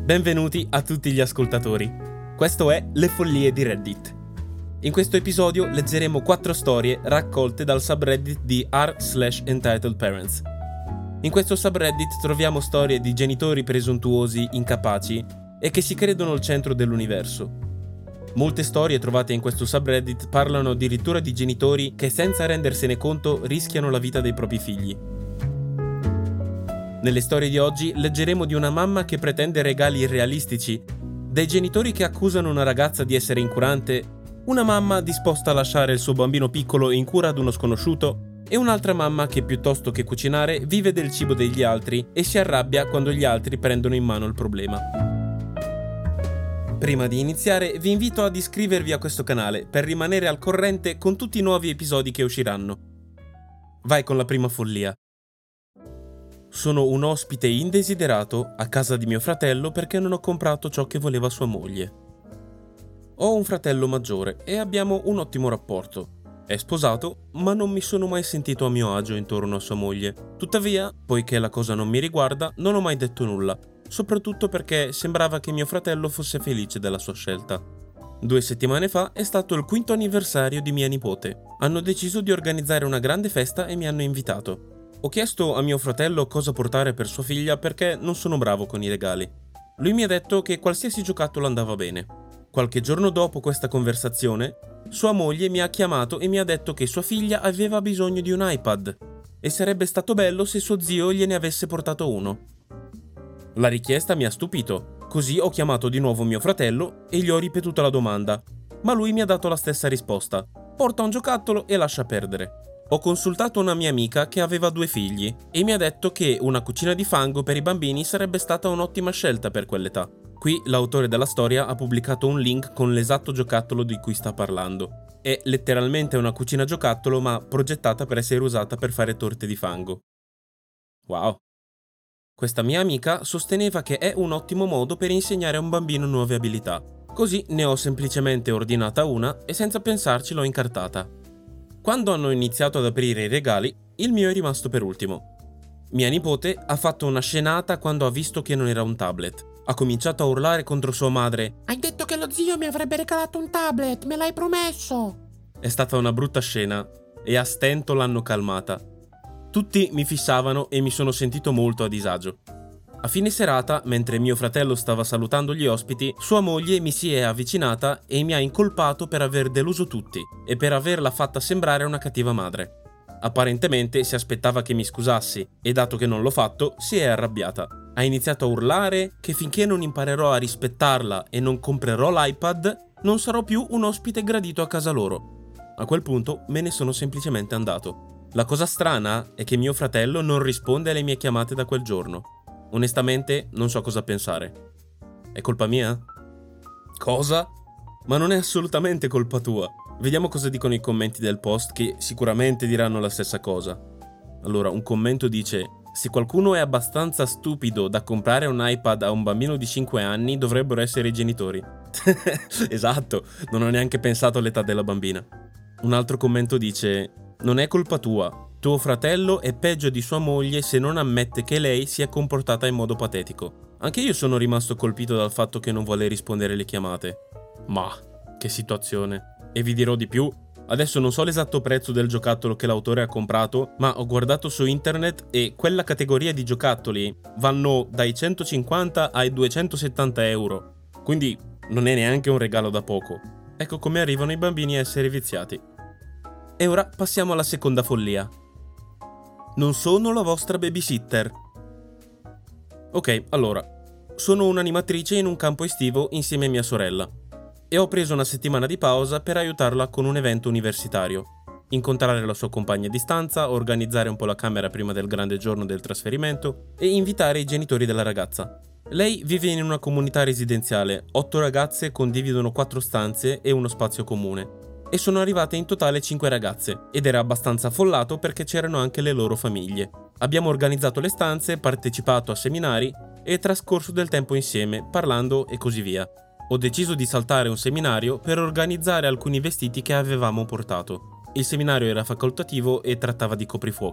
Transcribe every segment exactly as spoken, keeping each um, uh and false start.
Benvenuti a tutti gli ascoltatori. Questo è Le Follie di Reddit. In questo episodio leggeremo quattro storie raccolte dal subreddit di r slash entitled parents. In questo subreddit troviamo storie di genitori presuntuosi, incapaci e che si credono il centro dell'universo. Molte storie trovate in questo subreddit parlano addirittura di genitori che senza rendersene conto rischiano la vita dei propri figli. Nelle storie di oggi leggeremo di una mamma che pretende regali irrealistici, dei genitori che accusano una ragazza di essere incurante, una mamma disposta a lasciare il suo bambino piccolo in cura ad uno sconosciuto e un'altra mamma che piuttosto che cucinare vive del cibo degli altri e si arrabbia quando gli altri prendono in mano il problema. Prima di iniziare vi invito ad iscrivervi a questo canale per rimanere al corrente con tutti i nuovi episodi che usciranno. Vai con la prima follia. Sono un ospite indesiderato a casa di mio fratello perché non ho comprato ciò che voleva sua moglie. Ho un fratello maggiore e abbiamo un ottimo rapporto. È sposato, ma non mi sono mai sentito a mio agio intorno a sua moglie. Tuttavia, poiché la cosa non mi riguarda, non ho mai detto nulla, soprattutto perché sembrava che mio fratello fosse felice della sua scelta. Due settimane fa è stato il quinto anniversario di mia nipote. Hanno deciso di organizzare una grande festa e mi hanno invitato. Ho chiesto a mio fratello cosa portare per sua figlia perché non sono bravo con i regali. Lui mi ha detto che qualsiasi giocattolo andava bene. Qualche giorno dopo questa conversazione, sua moglie mi ha chiamato e mi ha detto che sua figlia aveva bisogno di un iPad e sarebbe stato bello se suo zio gliene avesse portato uno. La richiesta mi ha stupito, così ho chiamato di nuovo mio fratello e gli ho ripetuto la domanda, ma lui mi ha dato la stessa risposta: porta un giocattolo e lascia perdere. Ho consultato una mia amica che aveva due figli e mi ha detto che una cucina di fango per i bambini sarebbe stata un'ottima scelta per quell'età. Qui l'autore della storia ha pubblicato un link con l'esatto giocattolo di cui sta parlando. È letteralmente una cucina giocattolo ma progettata per essere usata per fare torte di fango. Wow! Questa mia amica sosteneva che è un ottimo modo per insegnare a un bambino nuove abilità. Così ne ho semplicemente ordinata una e senza pensarci l'ho incartata. Quando hanno iniziato ad aprire i regali, il mio è rimasto per ultimo. Mia nipote ha fatto una scenata quando ha visto che non era un tablet. Ha cominciato a urlare contro sua madre. Hai detto che lo zio mi avrebbe regalato un tablet, me l'hai promesso! È stata una brutta scena e a stento l'hanno calmata. Tutti mi fissavano e mi sono sentito molto a disagio. A fine serata, mentre mio fratello stava salutando gli ospiti, sua moglie mi si è avvicinata e mi ha incolpato per aver deluso tutti e per averla fatta sembrare una cattiva madre. Apparentemente si aspettava che mi scusassi e dato che non l'ho fatto, si è arrabbiata. Ha iniziato a urlare che finché non imparerò a rispettarla e non comprerò l'iPad, non sarò più un ospite gradito a casa loro. A quel punto me ne sono semplicemente andato. La cosa strana è che mio fratello non risponde alle mie chiamate da quel giorno. Onestamente non so cosa pensare. È colpa mia? Cosa? Ma non è assolutamente colpa tua. Vediamo cosa dicono i commenti del post, che sicuramente diranno la stessa cosa. Allora, un commento dice: se qualcuno è abbastanza stupido da comprare un iPad a un bambino di cinque anni, dovrebbero essere i genitori. Esatto, non ho neanche pensato all'età della bambina. Un altro commento dice: non è colpa tua. Tuo fratello è peggio di sua moglie se non ammette che lei si è comportata in modo patetico. Anche io sono rimasto colpito dal fatto che non vuole rispondere alle chiamate. Ma, che situazione. E vi dirò di più. Adesso non so l'esatto prezzo del giocattolo che l'autore ha comprato, ma ho guardato su internet e quella categoria di giocattoli vanno dai centocinquanta ai duecentosettanta euro. Quindi non è neanche un regalo da poco. Ecco come arrivano i bambini a essere viziati. E ora passiamo alla seconda follia. Non sono la vostra babysitter. Ok, allora, sono un'animatrice in un campo estivo insieme a mia sorella e ho preso una settimana di pausa per aiutarla con un evento universitario, incontrare la sua compagna di stanza, organizzare un po' la camera prima del grande giorno del trasferimento e invitare i genitori della ragazza. Lei vive in una comunità residenziale, otto ragazze condividono quattro stanze e uno spazio comune. E sono arrivate in totale cinque ragazze, ed era abbastanza affollato perché c'erano anche le loro famiglie. Abbiamo organizzato le stanze, partecipato a seminari e trascorso del tempo insieme, parlando e così via. Ho deciso di saltare un seminario per organizzare alcuni vestiti che avevamo portato. Il seminario era facoltativo e trattava di coprifuochi.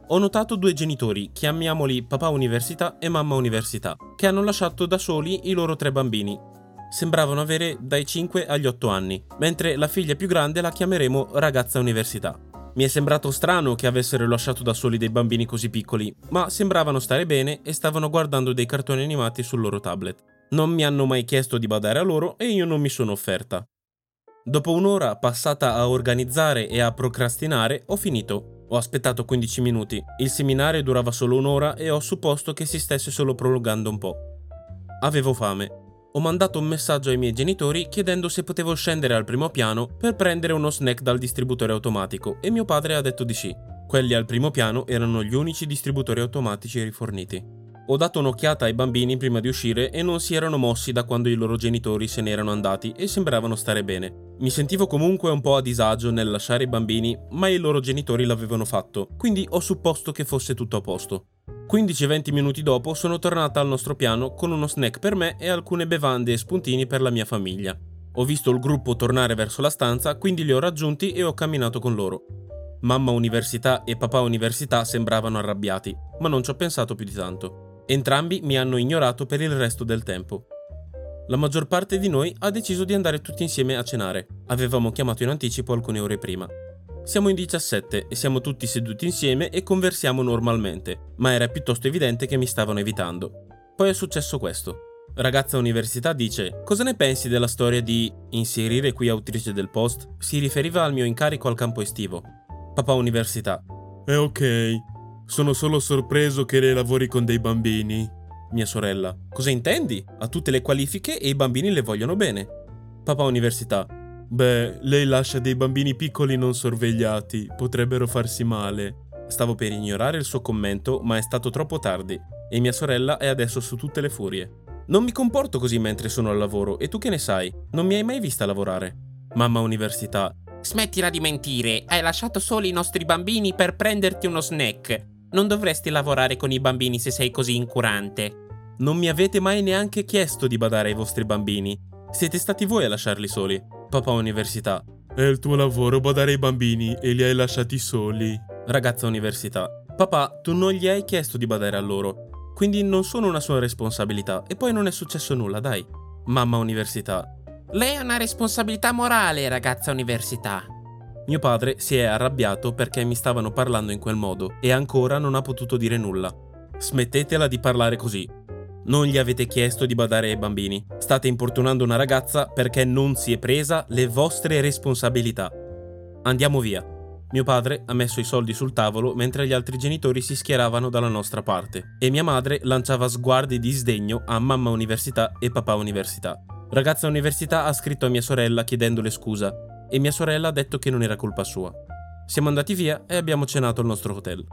ho notato due genitori, chiamiamoli papà università e mamma università, che hanno lasciato da soli i loro tre bambini. Sembravano avere dai cinque agli otto anni, mentre la figlia più grande la chiameremo ragazza università. Mi è sembrato strano che avessero lasciato da soli dei bambini così piccoli, ma sembravano stare bene e stavano guardando dei cartoni animati sul loro tablet. Non mi hanno mai chiesto di badare a loro e io non mi sono offerta. Dopo un'ora passata a organizzare e a procrastinare, ho finito. Ho aspettato quindici minuti. Il seminario durava solo un'ora e ho supposto che si stesse solo prolungando un po'. Avevo fame. Ho mandato un messaggio ai miei genitori chiedendo se potevo scendere al primo piano per prendere uno snack dal distributore automatico e mio padre ha detto di sì. Quelli al primo piano erano gli unici distributori automatici riforniti. Ho dato un'occhiata ai bambini prima di uscire e non si erano mossi da quando i loro genitori se ne erano andati e sembravano stare bene. Mi sentivo comunque un po' a disagio nel lasciare i bambini, ma i loro genitori l'avevano fatto, quindi ho supposto che fosse tutto a posto. quindici venti minuti dopo sono tornata al nostro piano con uno snack per me e alcune bevande e spuntini per la mia famiglia. Ho visto il gruppo tornare verso la stanza, quindi li ho raggiunti e ho camminato con loro. Mamma università e papà università sembravano arrabbiati, ma non ci ho pensato più di tanto. Entrambi mi hanno ignorato per il resto del tempo. La maggior parte di noi ha deciso di andare tutti insieme a cenare. Avevamo chiamato in anticipo alcune ore prima. Siamo in diciassette e siamo tutti seduti insieme e conversiamo normalmente, ma era piuttosto evidente che mi stavano evitando. Poi è successo questo. Ragazza università dice: cosa ne pensi della storia di inserire qui autrice del post? Si riferiva al mio incarico al campo estivo. Papà università: è ok, sono solo sorpreso che lei lavori con dei bambini. Mia sorella: cosa intendi? Ha tutte le qualifiche e i bambini le vogliono bene. Papà università: beh, lei lascia dei bambini piccoli non sorvegliati, potrebbero farsi male. Stavo per ignorare il suo commento, ma è stato troppo tardi e mia sorella è adesso su tutte le furie. Non mi comporto così mentre sono al lavoro e tu che ne sai? Non mi hai mai vista lavorare. Mamma università: smettila di mentire, hai lasciato soli i nostri bambini per prenderti uno snack. Non dovresti lavorare con i bambini se sei così incurante. Non mi avete mai neanche chiesto di badare ai vostri bambini. Siete stati voi a lasciarli soli. Papà università: è il tuo lavoro badare ai bambini e li hai lasciati soli. Ragazza università: papà, tu non gli hai chiesto di badare a loro, quindi non sono una sua responsabilità e poi non è successo nulla, dai. Mamma università: lei ha una responsabilità morale, ragazza università. Mio padre si è arrabbiato perché mi stavano parlando in quel modo e ancora non ha potuto dire nulla. Smettetela di parlare così. Non gli avete chiesto di badare ai bambini. State importunando una ragazza perché non si è presa le vostre responsabilità. Andiamo via. Mio padre ha messo i soldi sul tavolo mentre gli altri genitori si schieravano dalla nostra parte e mia madre lanciava sguardi di sdegno a mamma università e papà università. Ragazza università ha scritto a mia sorella chiedendole scusa e mia sorella ha detto che non era colpa sua. Siamo andati via e abbiamo cenato al nostro hotel.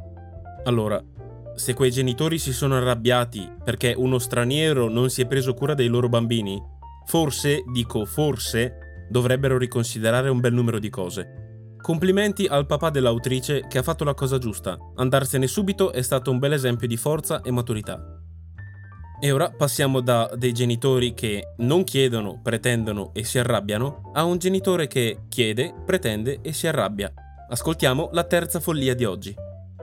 Allora, se quei genitori si sono arrabbiati perché uno straniero non si è preso cura dei loro bambini, forse, dico forse, dovrebbero riconsiderare un bel numero di cose. Complimenti al papà dell'autrice che ha fatto la cosa giusta. Andarsene subito è stato un bel esempio di forza e maturità. E ora passiamo da dei genitori che non chiedono, pretendono e si arrabbiano a un genitore che chiede, pretende e si arrabbia. Ascoltiamo la terza follia di oggi.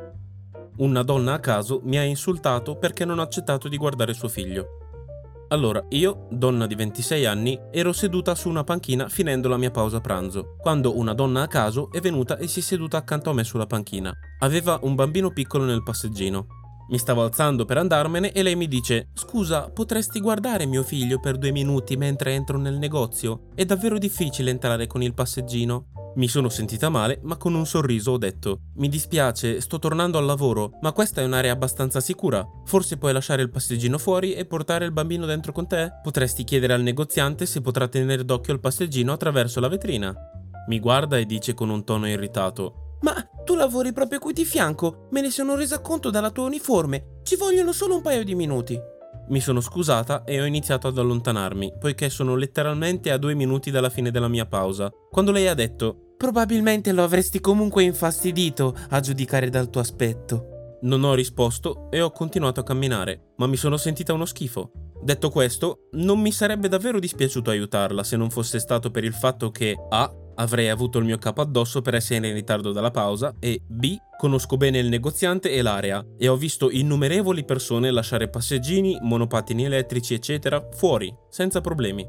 Una donna a caso mi ha insultato perché non ho accettato di guardare suo figlio. Allora, io, donna di ventisei anni, ero seduta su una panchina finendo la mia pausa pranzo, quando una donna a caso è venuta e si è seduta accanto a me sulla panchina. Aveva un bambino piccolo nel passeggino. Mi stavo alzando per andarmene e lei mi dice: scusa, potresti guardare mio figlio per due minuti mentre entro nel negozio? È davvero difficile entrare con il passeggino. Mi sono sentita male, ma con un sorriso ho detto: mi dispiace, sto tornando al lavoro, ma questa è un'area abbastanza sicura. Forse puoi lasciare il passeggino fuori e portare il bambino dentro con te? Potresti chiedere al negoziante se potrà tenere d'occhio il passeggino attraverso la vetrina. Mi guarda e dice con un tono irritato: ma tu lavori proprio qui di fianco? Me ne sono resa conto dalla tua uniforme. Ci vogliono solo un paio di minuti. Mi sono scusata e ho iniziato ad allontanarmi, poiché sono letteralmente a due minuti dalla fine della mia pausa, quando lei ha detto: probabilmente lo avresti comunque infastidito, a giudicare dal tuo aspetto. Non ho risposto e ho continuato a camminare, ma mi sono sentita uno schifo. Detto questo, non mi sarebbe davvero dispiaciuto aiutarla se non fosse stato per il fatto che A. avrei avuto il mio capo addosso per essere in ritardo dalla pausa e B. conosco bene il negoziante e l'area e ho visto innumerevoli persone lasciare passeggini, monopattini elettrici eccetera fuori, senza problemi.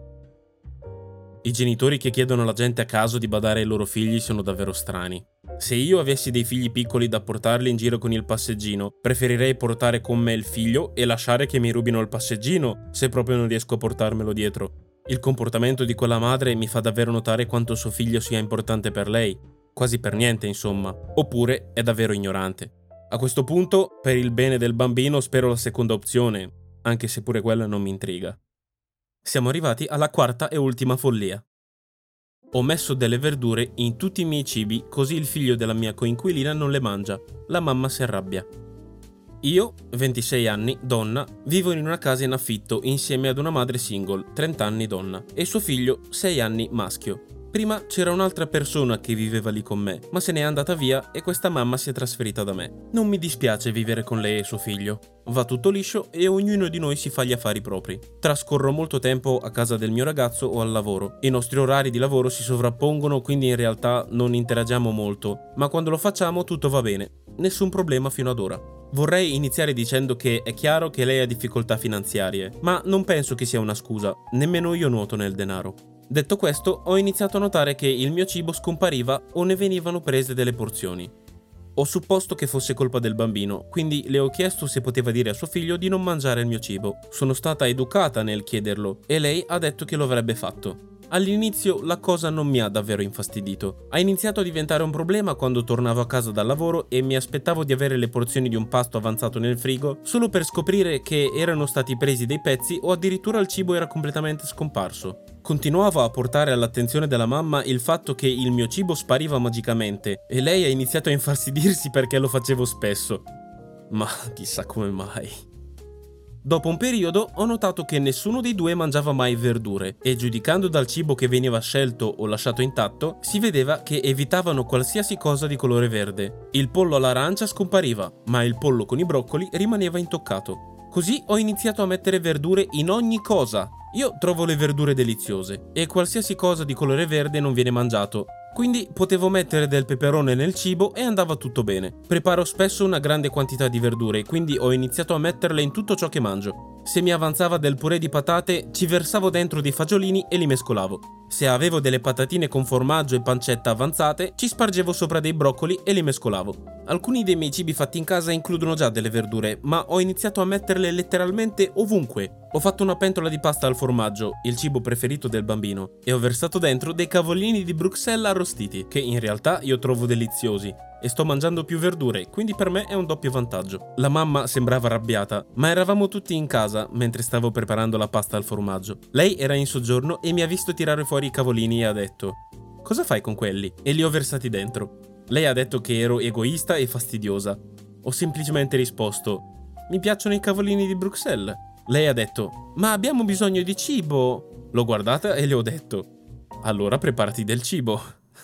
I genitori che chiedono alla gente a caso di badare ai loro figli sono davvero strani. Se io avessi dei figli piccoli da portarli in giro con il passeggino, preferirei portare con me il figlio e lasciare che mi rubino il passeggino se proprio non riesco a portarmelo dietro. Il comportamento di quella madre mi fa davvero notare quanto suo figlio sia importante per lei. Quasi per niente, insomma. Oppure è davvero ignorante. A questo punto, per il bene del bambino, spero la seconda opzione, anche se pure quella non mi intriga. Siamo arrivati alla quarta e ultima follia. Ho messo delle verdure in tutti i miei cibi così il figlio della mia coinquilina non le mangia. La mamma si arrabbia. Io, ventisei anni, donna, vivo in una casa in affitto insieme ad una madre single, trenta anni donna, e suo figlio, sei anni maschio. Prima c'era un'altra persona che viveva lì con me, ma se n'è andata via e questa mamma si è trasferita da me. Non mi dispiace vivere con lei e suo figlio. Va tutto liscio e ognuno di noi si fa gli affari propri. Trascorro molto tempo a casa del mio ragazzo o al lavoro. I nostri orari di lavoro si sovrappongono, quindi in realtà non interagiamo molto, ma quando lo facciamo tutto va bene. Nessun problema fino ad ora. Vorrei iniziare dicendo che è chiaro che lei ha difficoltà finanziarie, ma non penso che sia una scusa, nemmeno io nuoto nel denaro. Detto questo, ho iniziato a notare che il mio cibo scompariva o ne venivano prese delle porzioni. Ho supposto che fosse colpa del bambino, quindi le ho chiesto se poteva dire a suo figlio di non mangiare il mio cibo. Sono stata educata nel chiederlo e lei ha detto che lo avrebbe fatto. All'inizio la cosa non mi ha davvero infastidito. Ha iniziato a diventare un problema quando tornavo a casa dal lavoro e mi aspettavo di avere le porzioni di un pasto avanzato nel frigo solo per scoprire che erano stati presi dei pezzi o addirittura il cibo era completamente scomparso. Continuavo a portare all'attenzione della mamma il fatto che il mio cibo spariva magicamente e lei ha iniziato a infastidirsi perché lo facevo spesso. Ma chissà come mai. Dopo un periodo ho notato che nessuno dei due mangiava mai verdure e giudicando dal cibo che veniva scelto o lasciato intatto, si vedeva che evitavano qualsiasi cosa di colore verde. Il pollo all'arancia scompariva, ma il pollo con i broccoli rimaneva intoccato. Così ho iniziato a mettere verdure in ogni cosa. Io trovo le verdure deliziose e qualsiasi cosa di colore verde non viene mangiato. Quindi potevo mettere del peperone nel cibo e andava tutto bene. Preparo spesso una grande quantità di verdure, quindi ho iniziato a metterle in tutto ciò che mangio. Se mi avanzava del purè di patate, ci versavo dentro dei fagiolini e li mescolavo. Se avevo delle patatine con formaggio e pancetta avanzate, ci spargevo sopra dei broccoli e li mescolavo. Alcuni dei miei cibi fatti in casa includono già delle verdure, ma ho iniziato a metterle letteralmente ovunque. Ho fatto una pentola di pasta al formaggio, il cibo preferito del bambino, e ho versato dentro dei cavolini di Bruxelles arrostiti, che in realtà io trovo deliziosi. E sto mangiando più verdure, quindi per me è un doppio vantaggio. La mamma sembrava arrabbiata, ma eravamo tutti in casa mentre stavo preparando la pasta al formaggio. Lei era in soggiorno e mi ha visto tirare fuori i cavolini e ha detto: "Cosa fai con quelli?" E li ho versati dentro. Lei ha detto che ero egoista e fastidiosa. Ho semplicemente risposto: "Mi piacciono i cavolini di Bruxelles." Lei ha detto: "Ma abbiamo bisogno di cibo." L'ho guardata e le ho detto: "Allora preparati del cibo."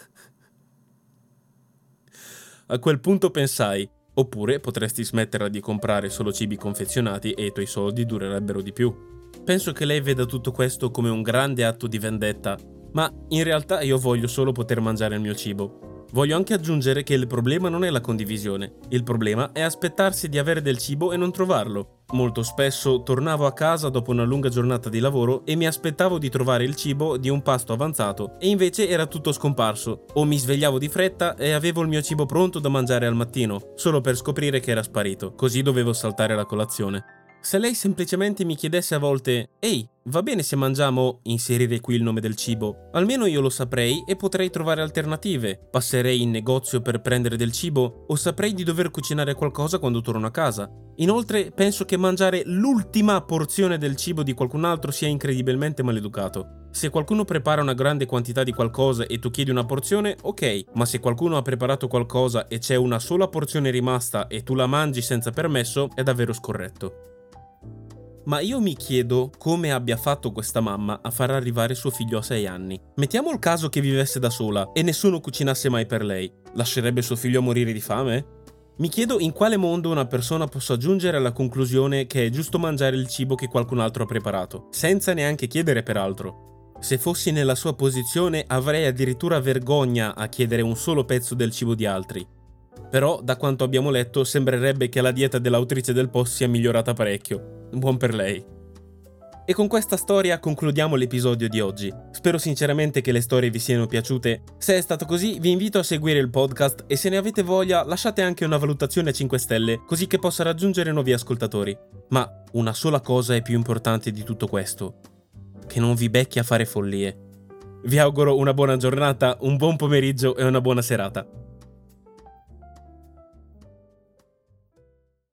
A quel punto pensai: oppure potresti smetterla di comprare solo cibi confezionati e i tuoi soldi durerebbero di più. Penso che lei veda tutto questo come un grande atto di vendetta, ma in realtà io voglio solo poter mangiare il mio cibo. Voglio anche aggiungere che il problema non è la condivisione, il problema è aspettarsi di avere del cibo e non trovarlo. Molto spesso tornavo a casa dopo una lunga giornata di lavoro e mi aspettavo di trovare il cibo di un pasto avanzato e invece era tutto scomparso, o mi svegliavo di fretta e avevo il mio cibo pronto da mangiare al mattino, solo per scoprire che era sparito, così dovevo saltare la colazione. Se lei semplicemente mi chiedesse a volte: "Ehi, va bene se mangiamo", inserire qui il nome del cibo, almeno io lo saprei e potrei trovare alternative. Passerei in negozio per prendere del cibo o saprei di dover cucinare qualcosa quando torno a casa. Inoltre penso che mangiare l'ultima porzione del cibo di qualcun altro sia incredibilmente maleducato. Se qualcuno prepara una grande quantità di qualcosa e tu chiedi una porzione, ok, ma se qualcuno ha preparato qualcosa e c'è una sola porzione rimasta e tu la mangi senza permesso, è davvero scorretto. Ma io mi chiedo come abbia fatto questa mamma a far arrivare suo figlio a sei anni. Mettiamo il caso che vivesse da sola e nessuno cucinasse mai per lei. Lascerebbe suo figlio a morire di fame? Mi chiedo in quale mondo una persona possa giungere alla conclusione che è giusto mangiare il cibo che qualcun altro ha preparato, senza neanche chiedere peraltro. Se fossi nella sua posizione avrei addirittura vergogna a chiedere un solo pezzo del cibo di altri. Però, da quanto abbiamo letto, sembrerebbe che la dieta dell'autrice del post sia migliorata parecchio. Buon per lei. E con questa storia concludiamo l'episodio di oggi. Spero sinceramente che le storie vi siano piaciute. Se è stato così, vi invito a seguire il podcast e se ne avete voglia lasciate anche una valutazione a cinque stelle, così che possa raggiungere nuovi ascoltatori. Ma una sola cosa è più importante di tutto questo: che non vi becchi a fare follie. Vi auguro una buona giornata, un buon pomeriggio e una buona serata.